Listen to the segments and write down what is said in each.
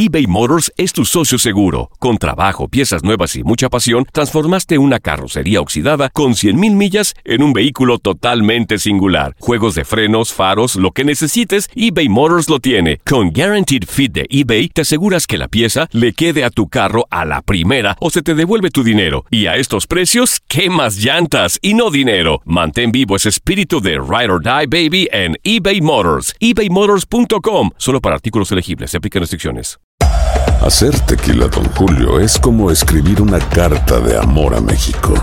eBay Motors es tu socio seguro. Con trabajo, piezas nuevas y mucha pasión, transformaste una carrocería oxidada con 100,000 millas en un vehículo totalmente singular. Juegos de frenos, faros, lo que necesites, eBay Motors lo tiene. Con Guaranteed Fit de eBay, te aseguras que la pieza le quede a tu carro a la primera o se te devuelve tu dinero. Y a estos precios, ¿qué más llantas y no dinero? Mantén vivo ese espíritu de Ride or Die, baby, en eBay Motors. ebaymotors.com. Solo para artículos elegibles. Se aplican restricciones. Hacer tequila Don Julio es como escribir una carta de amor a México.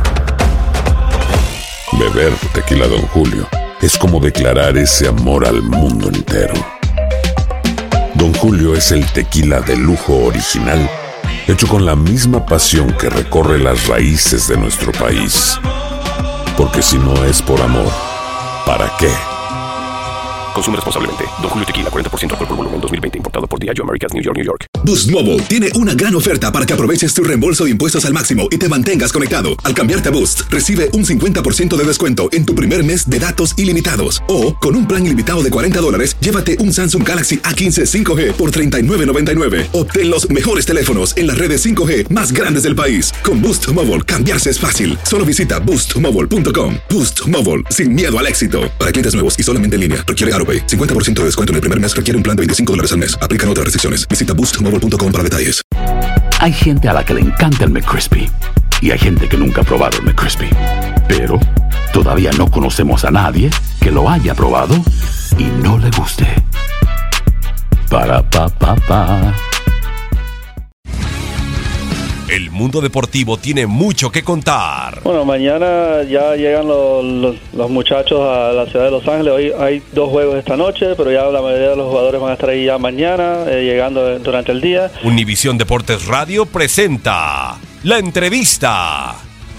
Beber tequila Don Julio es como declarar ese amor al mundo entero. Don Julio es el tequila de lujo original, hecho con la misma pasión que recorre las raíces de nuestro país. Porque si no es por amor, ¿para qué? Consume responsablemente. Don Julio Tequila, 40% alcohol por volumen, 2020. Importado por Diageo Americas, New York, New York. Boost Mobile tiene una gran oferta para que aproveches tu reembolso de impuestos al máximo y te mantengas conectado. Al cambiarte a Boost, recibe un 50% de descuento en tu primer mes de datos ilimitados. O, con un plan ilimitado de $40, llévate un Samsung Galaxy A15 5G por $39.99. Obtén los mejores teléfonos en las redes 5G más grandes del país. Con Boost Mobile, cambiarse es fácil. Solo visita boostmobile.com. Boost Mobile, sin miedo al éxito. Para clientes nuevos y solamente en línea, requiere AroPay. 50% de descuento en el primer mes requiere un plan de $25 al mes. Aplican otras restricciones. Visita boostmobile.com para detalles. Hay gente a la que le encanta el McCrispy y hay gente que nunca ha probado el McCrispy. Pero todavía no conocemos a nadie que lo haya probado y no le guste. Para pa pa pa. El mundo deportivo tiene mucho que contar. Bueno, mañana ya llegan los muchachos a la ciudad de Los Ángeles. Hoy hay 2 juegos esta noche, pero ya la mayoría de los jugadores van a estar ahí ya mañana, llegando durante el día. Univisión Deportes Radio presenta La Entrevista.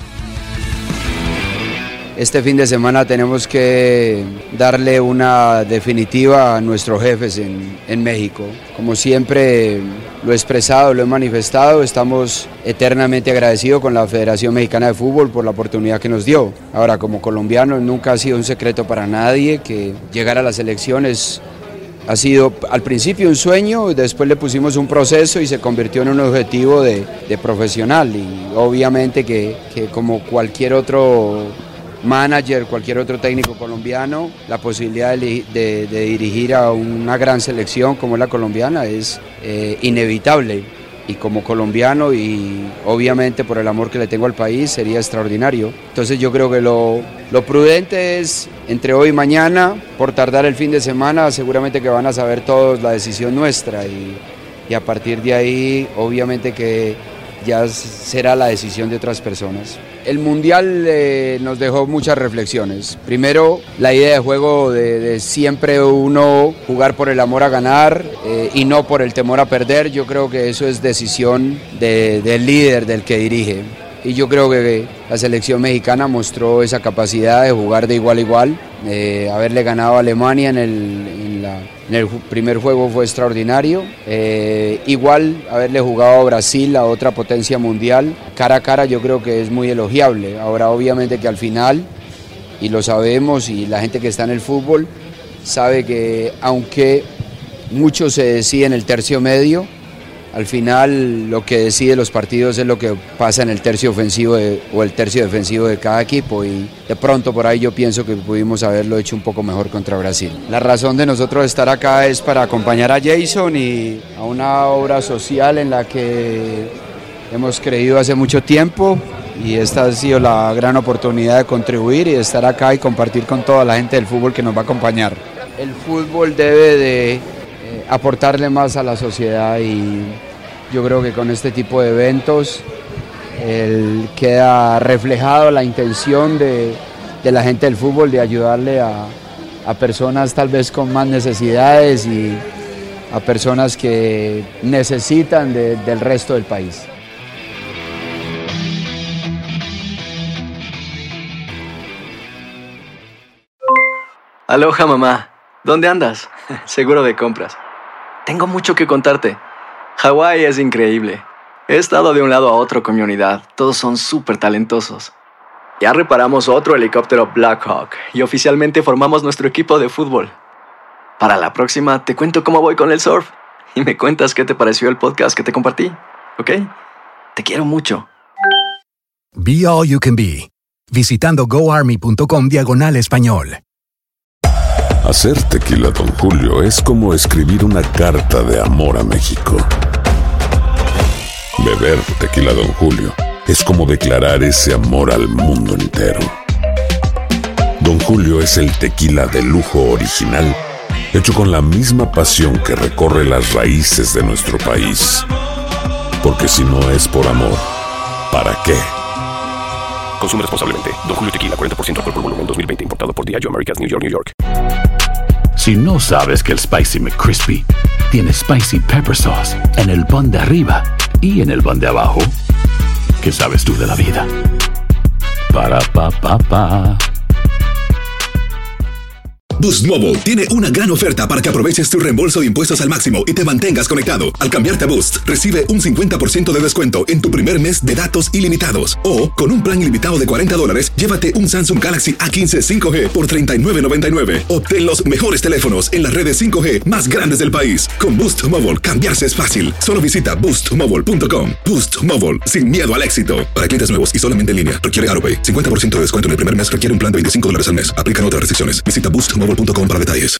Este fin de semana tenemos que darle una definitiva a nuestros jefes en México. Como siempre lo he expresado, lo he manifestado, estamos eternamente agradecidos con la Federación Mexicana de Fútbol por la oportunidad que nos dio. Ahora, como colombianos, nunca ha sido un secreto para nadie que llegar a las elecciones ha sido al principio un sueño, después le pusimos un proceso y se convirtió en un objetivo de profesional. Y obviamente que como cualquier otro manager, cualquier otro técnico colombiano, la posibilidad de dirigir a una gran selección como es la colombiana es inevitable, y como colombiano y obviamente por el amor que le tengo al país sería extraordinario. Entonces yo creo que lo prudente es entre hoy y mañana, por tardar el fin de semana, seguramente que van a saber todos la decisión nuestra y a partir de ahí obviamente que ya será la decisión de otras personas. El Mundial nos dejó muchas reflexiones. Primero, la idea de juego de siempre uno jugar por el amor a ganar y no por el temor a perder. Yo creo que eso es decisión del líder, del que dirige. Y yo creo que la selección mexicana mostró esa capacidad de jugar de igual a igual. Haberle ganado a Alemania en el primer juego fue extraordinario. Igual haberle jugado a Brasil, a otra potencia mundial, cara a cara, yo creo que es muy elogiable. Ahora obviamente que al final, y lo sabemos, y la gente que está en el fútbol sabe que aunque mucho se decide en el tercio medio, al final lo que decide los partidos es lo que pasa en el tercio ofensivo o el tercio defensivo de cada equipo, y de pronto por ahí yo pienso que pudimos haberlo hecho un poco mejor contra Brasil. La razón de nosotros estar acá es para acompañar a Jason y a una obra social en la que hemos creído hace mucho tiempo, y esta ha sido la gran oportunidad de contribuir y de estar acá y compartir con toda la gente del fútbol que nos va a acompañar. El fútbol debe de aportarle más a la sociedad, y yo creo que con este tipo de eventos queda reflejado la intención de la gente del fútbol de ayudarle a personas tal vez con más necesidades y a personas que necesitan del resto del país. Aloha, mamá. ¿Dónde andas? Seguro de compras. Tengo mucho que contarte. Hawái es increíble. He estado de un lado a otro con mi unidad. Todos son súper talentosos. Ya reparamos otro helicóptero Blackhawk y oficialmente formamos nuestro equipo de fútbol. Para la próxima te cuento cómo voy con el surf y me cuentas qué te pareció el podcast que te compartí, ¿ok? Te quiero mucho. Be All You Can Be, visitando goarmy.com/español. Hacer tequila Don Julio es como escribir una carta de amor a México. Beber tequila Don Julio es como declarar ese amor al mundo entero. Don Julio es el tequila de lujo original, hecho con la misma pasión que recorre las raíces de nuestro país. Porque si no es por amor, ¿para qué? Consume responsablemente. Don Julio Tequila, 40% alcohol por volumen, 2020. Importado por Diageo Americas, New York, New York. Si no sabes que el Spicy McCrispy tiene Spicy Pepper Sauce en el pan de arriba y en el pan de abajo, ¿qué sabes tú de la vida? Para, pa, pa, pa. Boost Mobile tiene una gran oferta para que aproveches tu reembolso de impuestos al máximo y te mantengas conectado. Al cambiarte a Boost, recibe un 50% de descuento en tu primer mes de datos ilimitados. O, con un plan ilimitado de $40, llévate un Samsung Galaxy A15 5G por $39.99. Obtén los mejores teléfonos en las redes 5G más grandes del país. Con Boost Mobile, cambiarse es fácil. Solo visita boostmobile.com. Boost Mobile, sin miedo al éxito. Para clientes nuevos y solamente en línea, requiere AutoPay. 50% de descuento en el primer mes requiere un plan de $25 al mes. Aplican otras restricciones. Visita boostmobile.com para detalles.